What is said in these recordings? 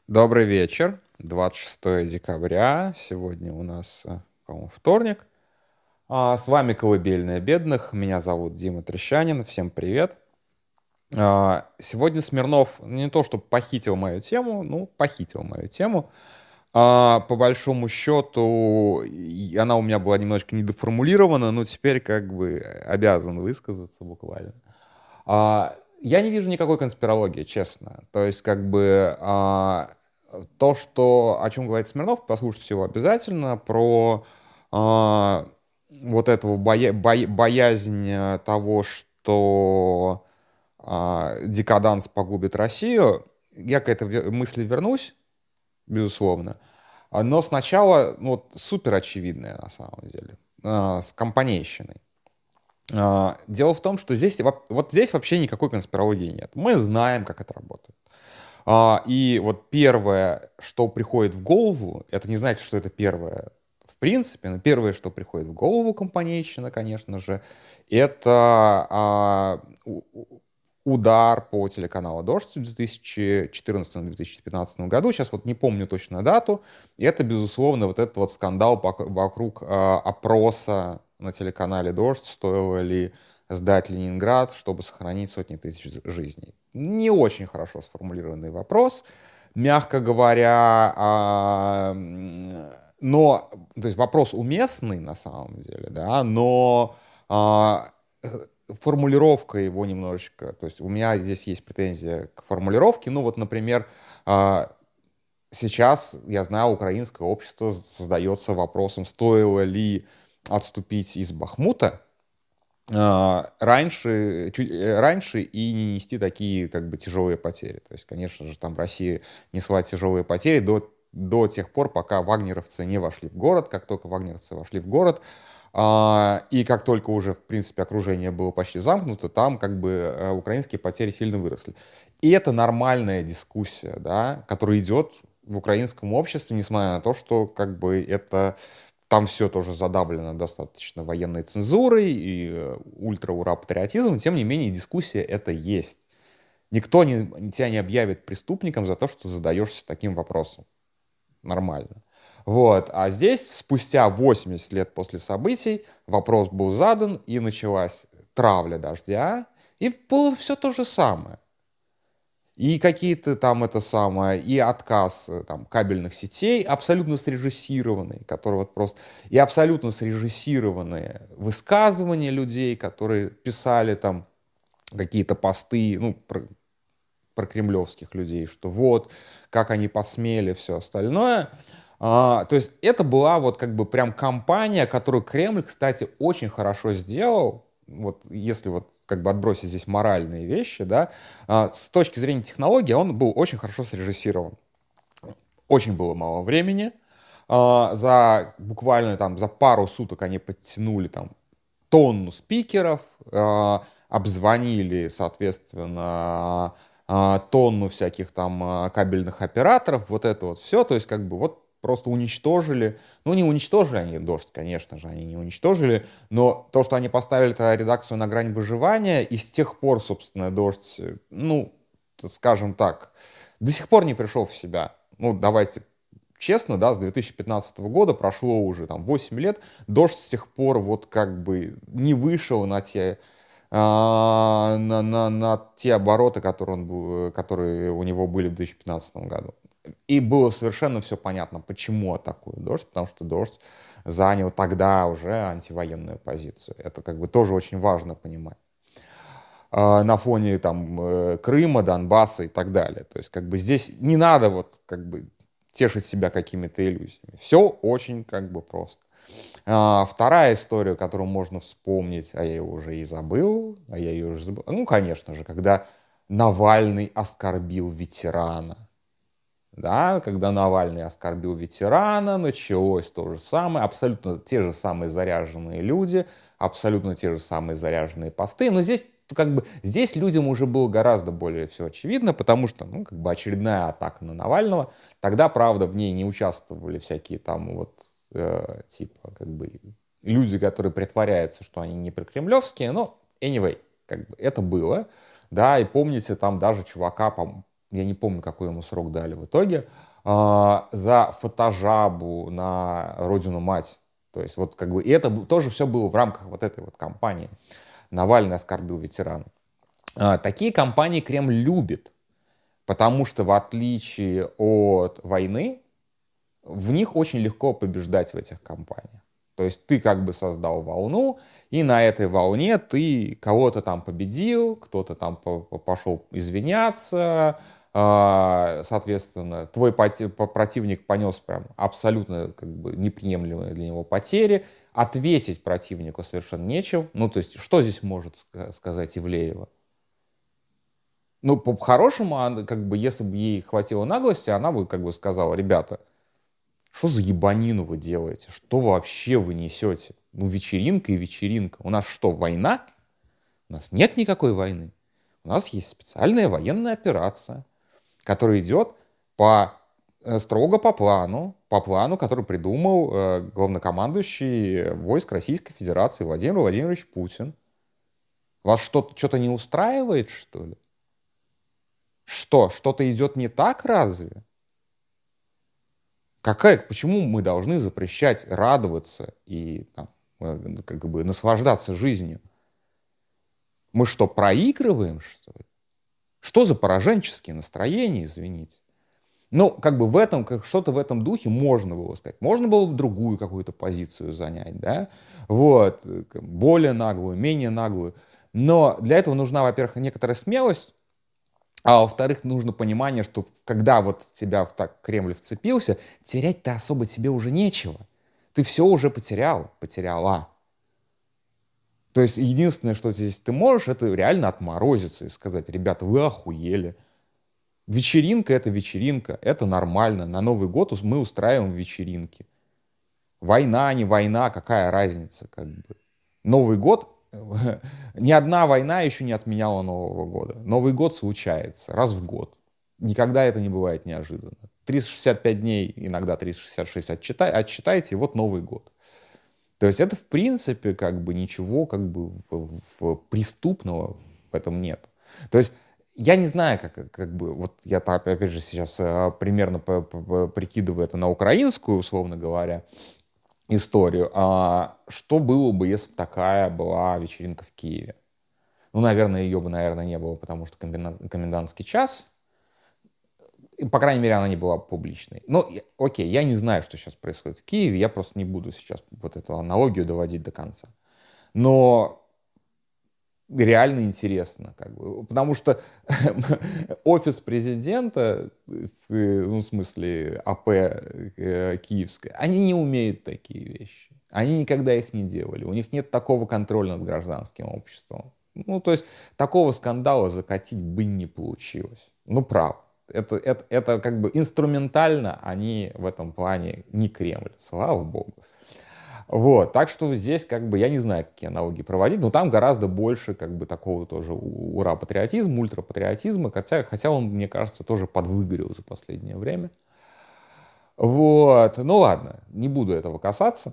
Добрый вечер, 26 декабря, сегодня у нас, по-моему, вторник. С вами «Колыбельная бедных», меня зовут Дима Трещанин, всем привет. Сегодня Смирнов не то, что похитил мою тему, ну, похитил мою тему. По большому счету, она у меня была немножко недоформулирована, но теперь как бы обязан высказаться буквально. Я не вижу никакой конспирологии, честно. То есть, как бы, то, что, о чем говорит Смирнов, послушайте его обязательно, про вот этого боязнь того, что декаданс погубит Россию. Я к этой мысли вернусь, безусловно. Но сначала, ну, вот, супер очевидное, на самом деле, с компанейщиной. Дело в том, что вот здесь вообще никакой конспирологии нет. Мы знаем, как это работает. И вот первое, что приходит в голову, это не значит, что это первое в принципе, но первое, что приходит в голову компанейщина, конечно же, это удар по телеканалу «Дождь» в 2014-2015 году. Сейчас вот не помню точную дату. И это, безусловно, вот этот вот скандал вокруг опроса на телеканале «Дождь», стоило ли сдать Ленинград, чтобы сохранить сотни тысяч жизней. Не очень хорошо сформулированный вопрос, мягко говоря, но, то есть вопрос уместный на самом деле, да, но формулировка его немножечко, то есть у меня здесь есть претензия к формулировке, ну вот, например, сейчас, я знаю, украинское общество задается вопросом, стоило ли отступить из Бахмута раньше и не нести такие как бы тяжелые потери. То есть, конечно же, там Россия несла тяжелые потери до тех пор, пока вагнеровцы не вошли в город. Как только вагнеровцы вошли в город, и как только уже, в принципе, окружение было почти замкнуто, там как бы украинские потери сильно выросли. И это нормальная дискуссия, да, которая идет в украинском обществе, несмотря на то, что как бы это там все тоже задавлено достаточно военной цензурой и ультра-ура-патриотизмом, тем не менее дискуссия это есть. Никто тебя не объявит преступником за то, что задаешься таким вопросом. Нормально. Вот. А здесь, спустя 80 лет после событий, вопрос был задан, и началась травля «Дождя», и было все то же самое. И какие-то там это самое, и отказ там кабельных сетей, абсолютно срежиссированные, которые вот просто, и абсолютно срежиссированные высказывания людей, которые писали там какие-то посты, ну, про кремлевских людей, что вот, как они посмели, все остальное. То есть это была вот как бы прям кампания, которую Кремль, кстати, очень хорошо сделал, вот если вот как бы отбросить здесь моральные вещи, да, с точки зрения технологии он был очень хорошо срежиссирован. Очень было мало времени. Буквально там за пару суток они подтянули там тонну спикеров, обзвонили, соответственно, тонну всяких там кабельных операторов, вот это вот все, то есть как бы вот просто уничтожили, ну не уничтожили они «Дождь», конечно же, они не уничтожили, но то, что они поставили редакцию на грань выживания, и с тех пор, собственно, «Дождь», ну, скажем так, до сих пор не пришел в себя. Ну, давайте честно, да, с 2015 года прошло уже там 8 лет, «Дождь» с тех пор вот как бы не вышел на те обороты, которые у него были в 2015 году. И было совершенно все понятно, почему атакует «Дождь», потому что «Дождь» занял тогда уже антивоенную позицию. Это как бы тоже очень важно понимать. На фоне там Крыма, Донбасса и так далее. То есть как бы здесь не надо вот как бы тешить себя какими-то иллюзиями. Все очень как бы просто. Вторая история, которую можно вспомнить, а я ее уже и забыл, ну, конечно же, когда Навальный оскорбил ветерана. Да, когда Навальный оскорбил ветерана, началось то же самое, абсолютно те же самые заряженные люди, абсолютно те же самые заряженные посты, но здесь людям уже было гораздо более все очевидно, потому что, ну, как бы очередная атака на Навального, тогда, правда, в ней не участвовали всякие там вот, типа, как бы, люди, которые притворяются, что они не прокремлевские, но, anyway, как бы, это было, да, и помните, там даже чувака, я не помню, какой ему срок дали в итоге, за фотожабу на родину-мать. То есть вот как бы, и это тоже все было в рамках вот этой вот кампании. Навальный оскорбил ветерана. Такие кампании Кремль любит, потому что в отличие от войны, в них очень легко побеждать в этих кампаниях. То есть ты как бы создал волну, и на этой волне ты кого-то там победил, кто-то там пошел извиняться, соответственно, твой противник понес прям абсолютно как бы неприемлемые для него потери, ответить противнику совершенно нечем. Ну, то есть, что здесь может сказать Ивлеева? Ну, по-хорошему, как бы, если бы ей хватило наглости, она бы как бы сказала: ребята, что за ебанину вы делаете? Что вообще вы несете? Ну, вечеринка и вечеринка. У нас что, война? У нас нет никакой войны. У нас есть специальная военная операция, которая идет строго по плану, который придумал главнокомандующий войск Российской Федерации Владимир Владимирович Путин. Вас что-то не устраивает, что ли? Что-то идет не так, разве? Почему мы должны запрещать радоваться и там, как бы наслаждаться жизнью? Мы что, проигрываем, что ли? Что за пораженческие настроения, извините? Ну, как бы что-то в этом духе можно было сказать. Можно было бы другую какую-то позицию занять, да? Вот, более наглую, менее наглую. Но для этого нужна, во-первых, некоторая смелость, а во-вторых, нужно понимание, что когда вот тебя так Кремль вцепился, терять-то особо тебе уже нечего. Ты все уже потеряла. То есть единственное, что здесь ты можешь, это реально отморозиться и сказать: ребята, вы охуели. Вечеринка — это нормально. На Новый год мы устраиваем вечеринки. Война, не война, какая разница, как бы. Новый год, ни одна война еще не отменяла Нового года. Новый год случается раз в год. Никогда это не бывает неожиданно. 365 дней, иногда 366 отчитайте, и вот Новый год. То есть это, в принципе, как бы ничего как бы преступного в этом нет. То есть я не знаю, как бы, вот я опять же сейчас примерно прикидываю это на украинскую, условно говоря, историю. Что было бы, если бы такая была вечеринка в Киеве? Ну, наверное, ее бы, не было, потому что комендантский час. И, по крайней мере, она не была публичной. Ну, окей, я не знаю, что сейчас происходит в Киеве, я просто не буду сейчас вот эту аналогию доводить до конца. Но реально интересно, как бы, потому что офис президента, в смысле АП киевская, они не умеют такие вещи. Они никогда их не делали. У них нет такого контроля над гражданским обществом. Ну, то есть такого скандала закатить бы не получилось. Ну, правда. Это как бы инструментально они в этом плане не Кремль, слава богу. Вот, так что здесь как бы я не знаю, какие аналогии проводить, но там гораздо больше как бы такого тоже ура-патриотизма, ультрапатриотизма, хотя он, мне кажется, тоже подвыгорел за последнее время. Вот, ну ладно, не буду этого касаться.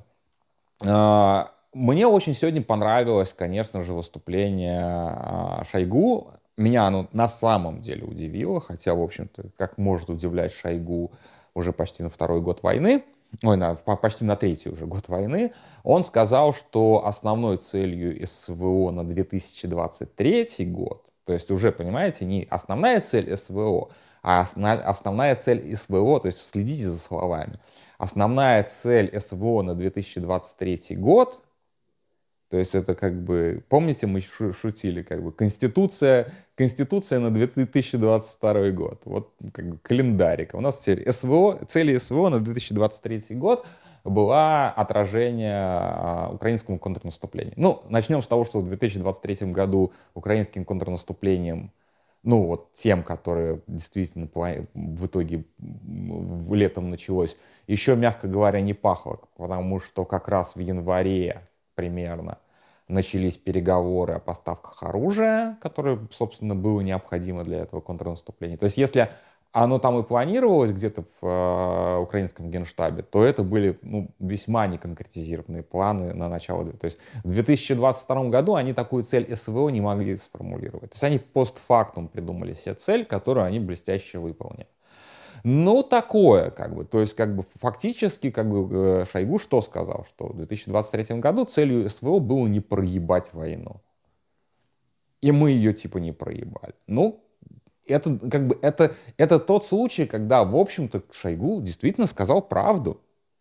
Мне очень сегодня понравилось, конечно же, выступление Шойгу. Меня оно на самом деле удивило, хотя, в общем-то, как может удивлять Шойгу уже почти на второй год войны, почти на третий уже год войны. Он сказал, что основной целью СВО на 2023 год, то есть уже, понимаете, не основная цель СВО, а основная цель СВО, то есть следите за словами, основная цель СВО на 2023 год, то есть это как бы, помните, мы шутили, как бы Конституция на 2022 год. Вот как бы календарик. У нас теперь цели СВО на 2023 год была отражение украинскому контрнаступлению. Ну, начнем с того, что в 2023 году украинским контрнаступлением, ну вот тем, которое действительно в итоге летом началось, еще, мягко говоря, не пахло, потому что как раз в январе примерно начались переговоры о поставках оружия, которое, собственно, было необходимо для этого контрнаступления. То есть если оно там и планировалось где-то в украинском генштабе, то это были весьма неконкретизированные планы на начало. То есть в 2022 году они такую цель СВО не могли сформулировать. То есть они постфактум придумали себе цель, которую они блестяще выполнили. Ну, такое, как бы, то есть, как бы, фактически, как бы, Шойгу что сказал? Что в 2023 году целью СВО было не проебать войну. И мы ее, типа, не проебали. Ну, это, как бы, это тот случай, когда, в общем-то, Шойгу действительно сказал правду.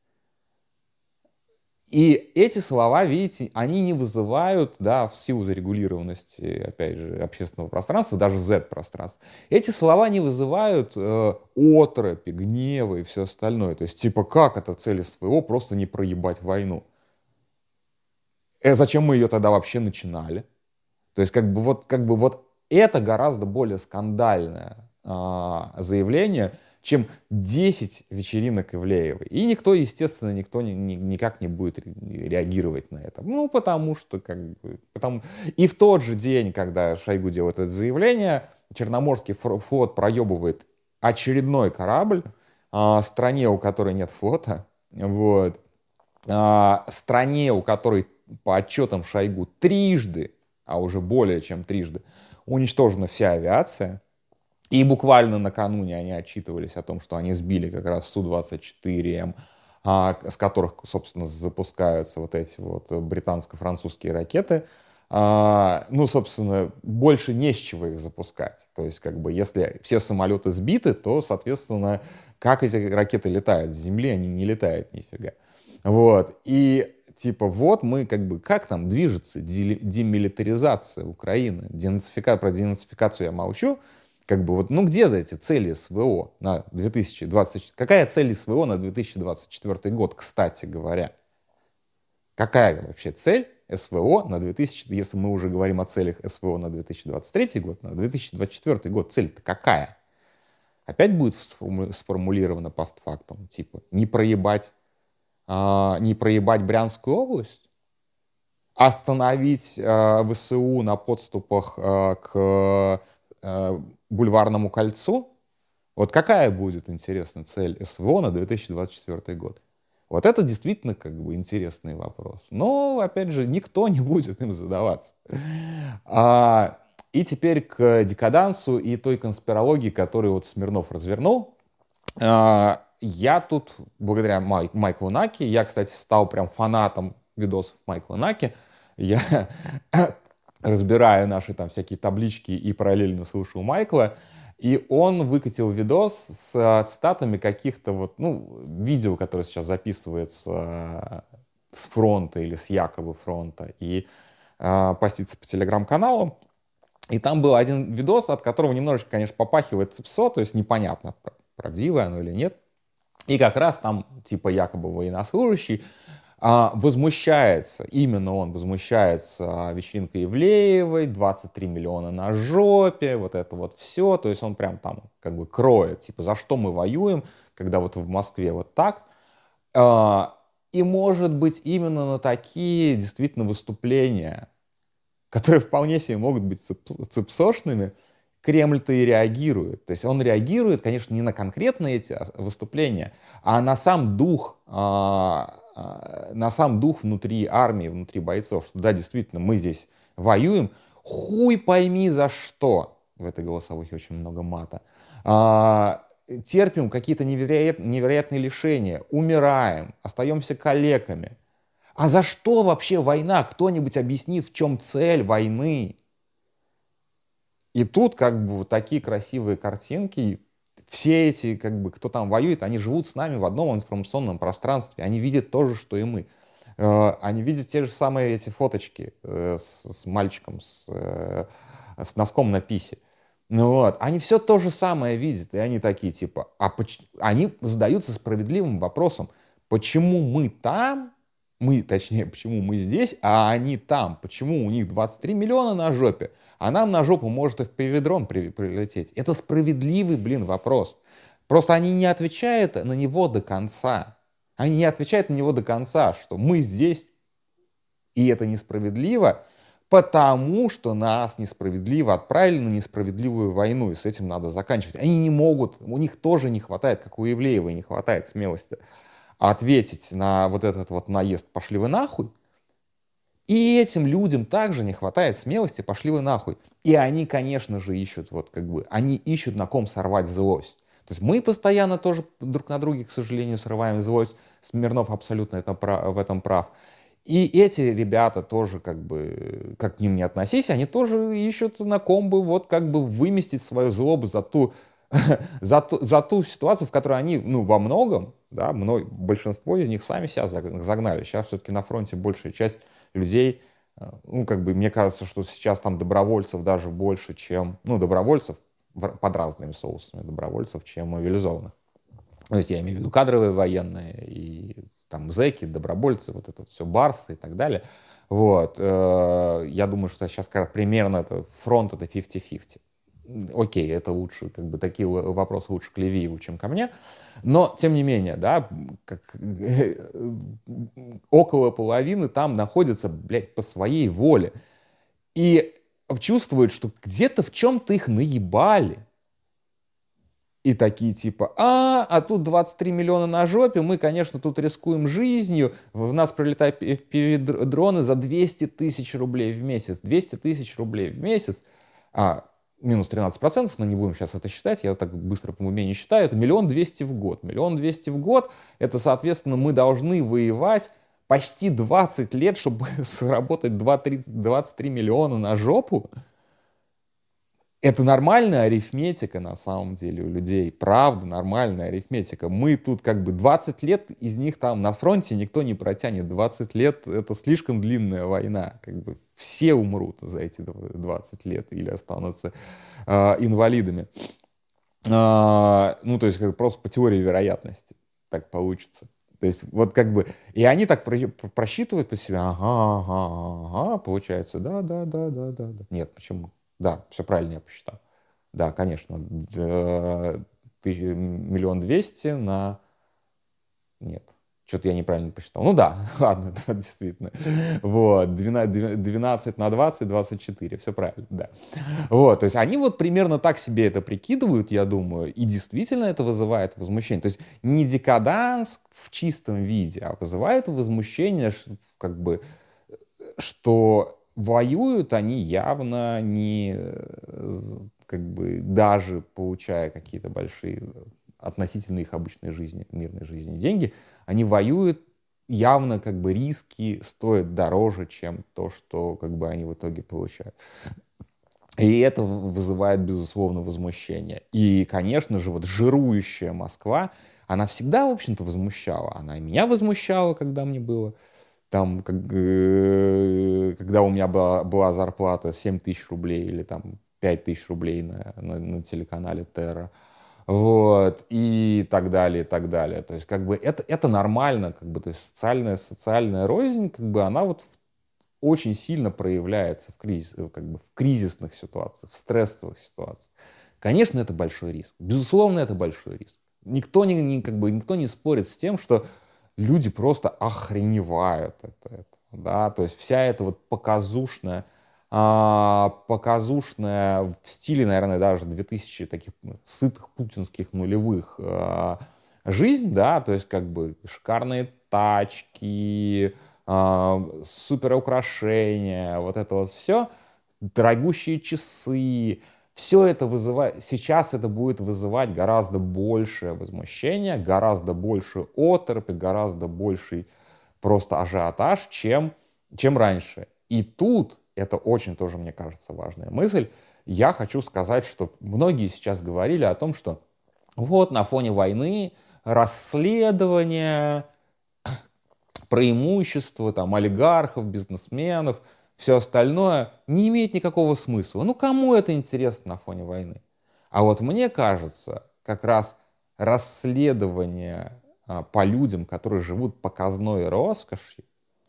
И эти слова, видите, они не вызывают, да, в силу зарегулированности, опять же, общественного пространства, даже Z-пространства, эти слова не вызывают оторопи, гнева и все остальное. То есть, типа, как это цель СВО просто не проебать войну? Зачем мы ее тогда вообще начинали? То есть, как бы вот это гораздо более скандальное заявление, чем 10 вечеринок Ивлеевой. И никто, естественно, никак не будет реагировать на это. Ну, потому что, как бы, И в тот же день, когда Шойгу делает это заявление, Черноморский флот проебывает очередной корабль стране, у которой нет флота, вот, стране, у которой по отчетам Шойгу трижды, а уже более чем трижды, уничтожена вся авиация. И буквально накануне они отчитывались о том, что они сбили как раз Су-24М, с которых, собственно, запускаются вот эти вот британско-французские ракеты. Ну, собственно, больше не с чего их запускать. То есть, как бы, если все самолеты сбиты, то, соответственно, как эти ракеты летают? С Земли они не летают нифига. Вот. И типа вот мы как бы, как там движется демилитаризация Украины, про денацификацию я молчу, как бы вот, ну где эти цели СВО на 2024, какая цель СВО на 2024 год, кстати говоря? Какая вообще цель СВО на 2000, если мы уже говорим о целях СВО на 2023 год, на 2024 год, цель-то какая? Опять будет сформулировано постфактум, типа не проебать Брянскую область, остановить ВСУ на подступах к Бульварному кольцу. Вот какая будет, интересно, цель СВО на 2024 год? Вот это действительно как бы интересный вопрос. Но, опять же, никто не будет им задаваться. И теперь к декадансу и той конспирологии, которую вот Смирнов развернул. Я тут, благодаря Майклу Наки, я, кстати, стал прям фанатом видосов Майкла Наки. Я разбираю наши там всякие таблички и параллельно слушаю Майкла. И он выкатил видос с цитатами каких-то вот, ну, видео, которое сейчас записывается с фронта или с якобы фронта и постится по телеграм-каналу. И там был один видос, от которого немножечко, конечно, попахивает ЦИПСО, то есть непонятно, правдивое оно или нет. И как раз там, типа, якобы военнослужащий возмущается, именно он возмущается вечеринкой Ивлеевой, 23 миллиона на жопе, вот это вот все. То есть он прям там как бы кроет, типа, за что мы воюем, когда вот в Москве вот так. И может быть именно на такие действительно выступления, которые вполне себе могут быть цепсошными, Кремль-то и реагирует. То есть он реагирует, конечно, не на конкретные эти выступления, а на сам дух внутри армии, внутри бойцов, что да, действительно, мы здесь воюем, хуй пойми за что. В этой голосовухе очень много мата. Терпим какие-то невероятные лишения, умираем, остаемся калеками. А за что вообще война? Кто-нибудь объяснит, в чем цель войны? И тут как бы вот такие красивые картинки, все эти, как бы, кто там воюет, они живут с нами в одном информационном пространстве, они видят то же, что и мы. Они видят те же самые эти фоточки с мальчиком с носком на писе. Ну вот, они все то же самое видят, и они такие типа, они задаются справедливым вопросом, почему мы там, точнее, почему мы здесь, а они там, почему у них 23 миллиона на жопе, а нам на жопу может и в Приведрон прилететь. Это справедливый, вопрос. Просто они не отвечают на него до конца. Они не отвечают на него до конца, что мы здесь, и это несправедливо, потому что нас несправедливо отправили на несправедливую войну, и с этим надо заканчивать. Они не могут, у них тоже не хватает, как у Ивлеевой, не хватает смелости ответить на вот этот вот наезд «пошли вы нахуй». И этим людям также не хватает смелости «пошли вы нахуй». И они, конечно же, ищут, вот как бы, они ищут на ком сорвать злость. То есть мы постоянно тоже друг на друге, к сожалению, срываем злость. Смирнов абсолютно в этом прав. И эти ребята тоже, как бы, как к ним не относись, они тоже ищут на ком бы вот как бы выместить свою злобу за ту, за ту ситуацию, в которой они, ну, во многом, да, большинство из них сами себя загнали. Сейчас все-таки на фронте большая часть людей, ну, как бы, мне кажется, что сейчас там добровольцев даже больше, чем, ну, добровольцев под разными соусами добровольцев, чем мобилизованных. То есть я имею в виду кадровые военные и там зэки, добровольцы, вот это вот все, барсы и так далее. Вот. Я думаю, что сейчас как раз примерно фронт это 50-50. Окей, это лучше, как бы такие вопросы лучше к Левиеву, чем ко мне. Но, тем не менее, да, около половины там находятся, блядь, по своей воле. И чувствуют, что где-то в чем-то их наебали. И такие типа, тут 23 миллиона на жопе, мы, конечно, тут рискуем жизнью, в нас прилетают FPV-дроны за 200 тысяч рублей в месяц. 200 тысяч рублей в месяц, минус 13%, но не будем сейчас это считать, я так быстро по уме не считаю, это 1 200 000 в год. 1 200 000 в год, это, соответственно, мы должны воевать почти 20 лет, чтобы заработать 23 миллиона на жопу. Это нормальная арифметика на самом деле у людей. Правда, нормальная арифметика. Мы тут как бы 20 лет, из них там на фронте никто не протянет. 20 лет — это слишком длинная война. Как бы все умрут за эти 20 лет или останутся инвалидами. Ну, то есть как просто по теории вероятности так получится. То есть вот как бы... И они так просчитывают по себе. Ага, получается. Да. Нет, почему? Да, все правильно я посчитал. Да, конечно. 1 200 000 на... Нет, что-то я неправильно посчитал. Ну да, ладно, да, действительно. Вот, 12 на 20, 24, все правильно, да. Вот, то есть они вот примерно так себе это прикидывают, я думаю, и действительно это вызывает возмущение. То есть не декаданс в чистом виде, а вызывает возмущение, как бы, что воюют они явно не, как бы, даже получая какие-то большие относительно их обычной жизни, мирной жизни деньги, они воюют, явно как бы риски стоят дороже, чем то, что как бы они в итоге получают. И это вызывает, безусловно, возмущение. И, конечно же, вот жирующая Москва, она всегда, в общем-то, возмущала. Она и меня возмущала, когда мне было там, когда у меня была зарплата 7 тысяч рублей или там 5 тысяч рублей на телеканале Терра. Вот, и так далее, и так далее. То есть, как бы, это нормально, как бы, то есть, социальная рознь, как бы, она вот очень сильно проявляется как бы, в кризисных ситуациях, в стрессовых ситуациях. Конечно, это большой риск. Безусловно, это большой риск. Как бы, никто не спорит с тем, что люди просто охреневают это, да, то есть вся эта вот показушная в стиле, наверное, даже 2000 таких сытых путинских нулевых жизнь, да, то есть как бы шикарные тачки, супер украшения, вот это вот все, дорогущие часы, все это вызывает, сейчас это будет вызывать гораздо большее возмущение, гораздо больше оторопь, гораздо больший просто ажиотаж, чем раньше. И тут, это очень тоже, мне кажется, важная мысль, я хочу сказать, что многие сейчас говорили о том, что вот на фоне войны расследования, преимущества там, олигархов, бизнесменов, все остальное не имеет никакого смысла. Ну, кому это интересно на фоне войны? А вот мне кажется, как раз расследование по людям, которые живут показной роскошью,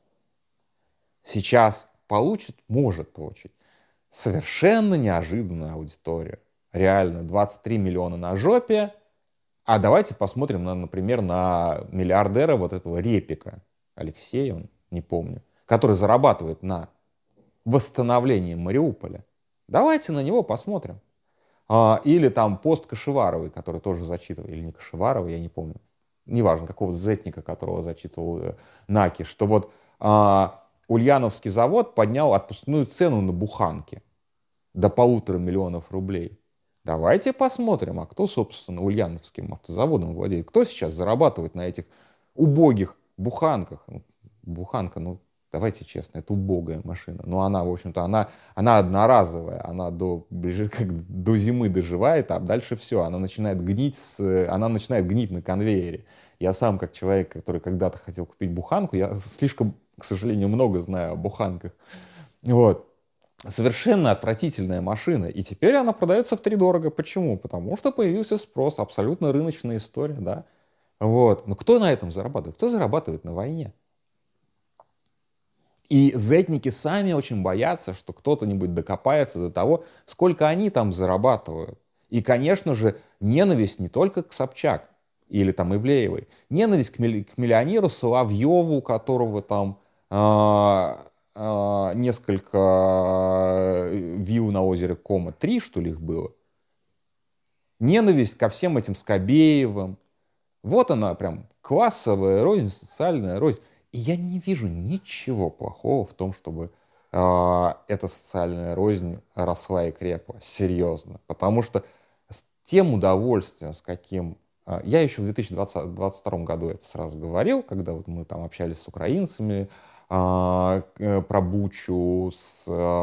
сейчас может получить совершенно неожиданную аудиторию. Реально, 23 миллиона на жопе. А давайте посмотрим, например, на миллиардера вот этого Репика. Алексей, он, не помню, который зарабатывает на восстановлением Мариуполя. Давайте на него посмотрим. Или там пост Кашеваровой, который тоже зачитывал, или не Кашеварова, я не помню. Неважно, какого-то зетника, которого зачитывал Наки, что вот Ульяновский завод поднял отпускную цену на буханки до 1,5 миллиона рублей. Давайте посмотрим, а кто, собственно, Ульяновским автозаводом владеет. Кто сейчас зарабатывает на этих убогих буханках? Буханка, давайте честно, это убогая машина. Но она, в общем-то, она одноразовая. Она до зимы доживает, а дальше все. Она начинает гнить на конвейере. Я сам, как человек, который когда-то хотел купить буханку, я слишком, к сожалению, много знаю о буханках. Вот. Совершенно отвратительная машина. И теперь она продается втридорого. Почему? Потому что появился спрос. Абсолютно рыночная история, да. Вот. Но кто на этом зарабатывает? Кто зарабатывает на войне? И зетники сами очень боятся, что кто-то-нибудь докопается до того, сколько они там зарабатывают. И, конечно же, ненависть не только к Собчак или там Ивлеевой. Ненависть к миллионеру Соловьеву, у которого там несколько вилл на озере Кома, 3, что ли, их было. Ненависть ко всем этим Скобеевым. Вот она прям классовая рознь, социальная рознь. И я не вижу ничего плохого в том, чтобы эта социальная рознь росла и крепла. Серьезно. Потому что с тем удовольствием, с каким... Я еще в 2022 году это сразу говорил, когда вот мы там общались с украинцами, про Бучу, с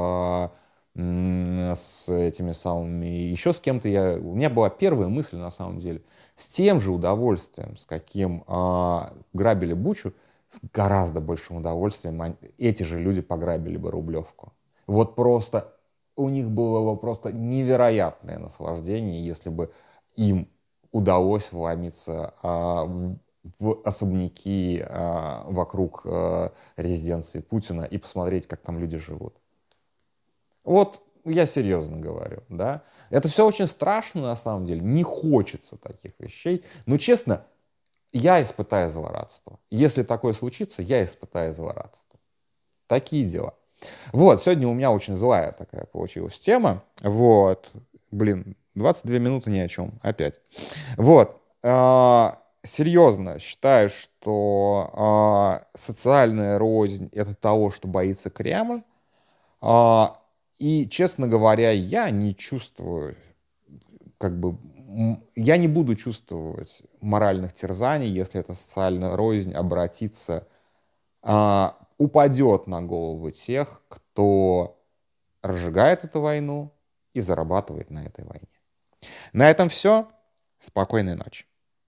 этими самыми, еще с кем-то у меня была первая мысль на самом деле, с тем же удовольствием, с каким грабили Бучу, с гораздо большим удовольствием эти же люди пограбили бы Рублевку. Вот просто у них было бы просто невероятное наслаждение, если бы им удалось вломиться в особняки вокруг резиденции Путина и посмотреть, как там люди живут. Вот я серьезно говорю, да. Это все очень страшно на самом деле. Не хочется таких вещей. Но честно, я испытаю злорадство. Если такое случится, я испытаю злорадство. Такие дела. Вот, сегодня у меня очень злая такая получилась тема. Вот, 22 минуты ни о чем. Опять. Вот. Серьезно считаю, что социальная рознь — это того, что боится Кремль. И, честно говоря, я не чувствую, я не буду чувствовать моральных терзаний, если эта социальная рознь обратится, упадет на голову тех, кто разжигает эту войну и зарабатывает на этой войне. На этом все. Спокойной ночи.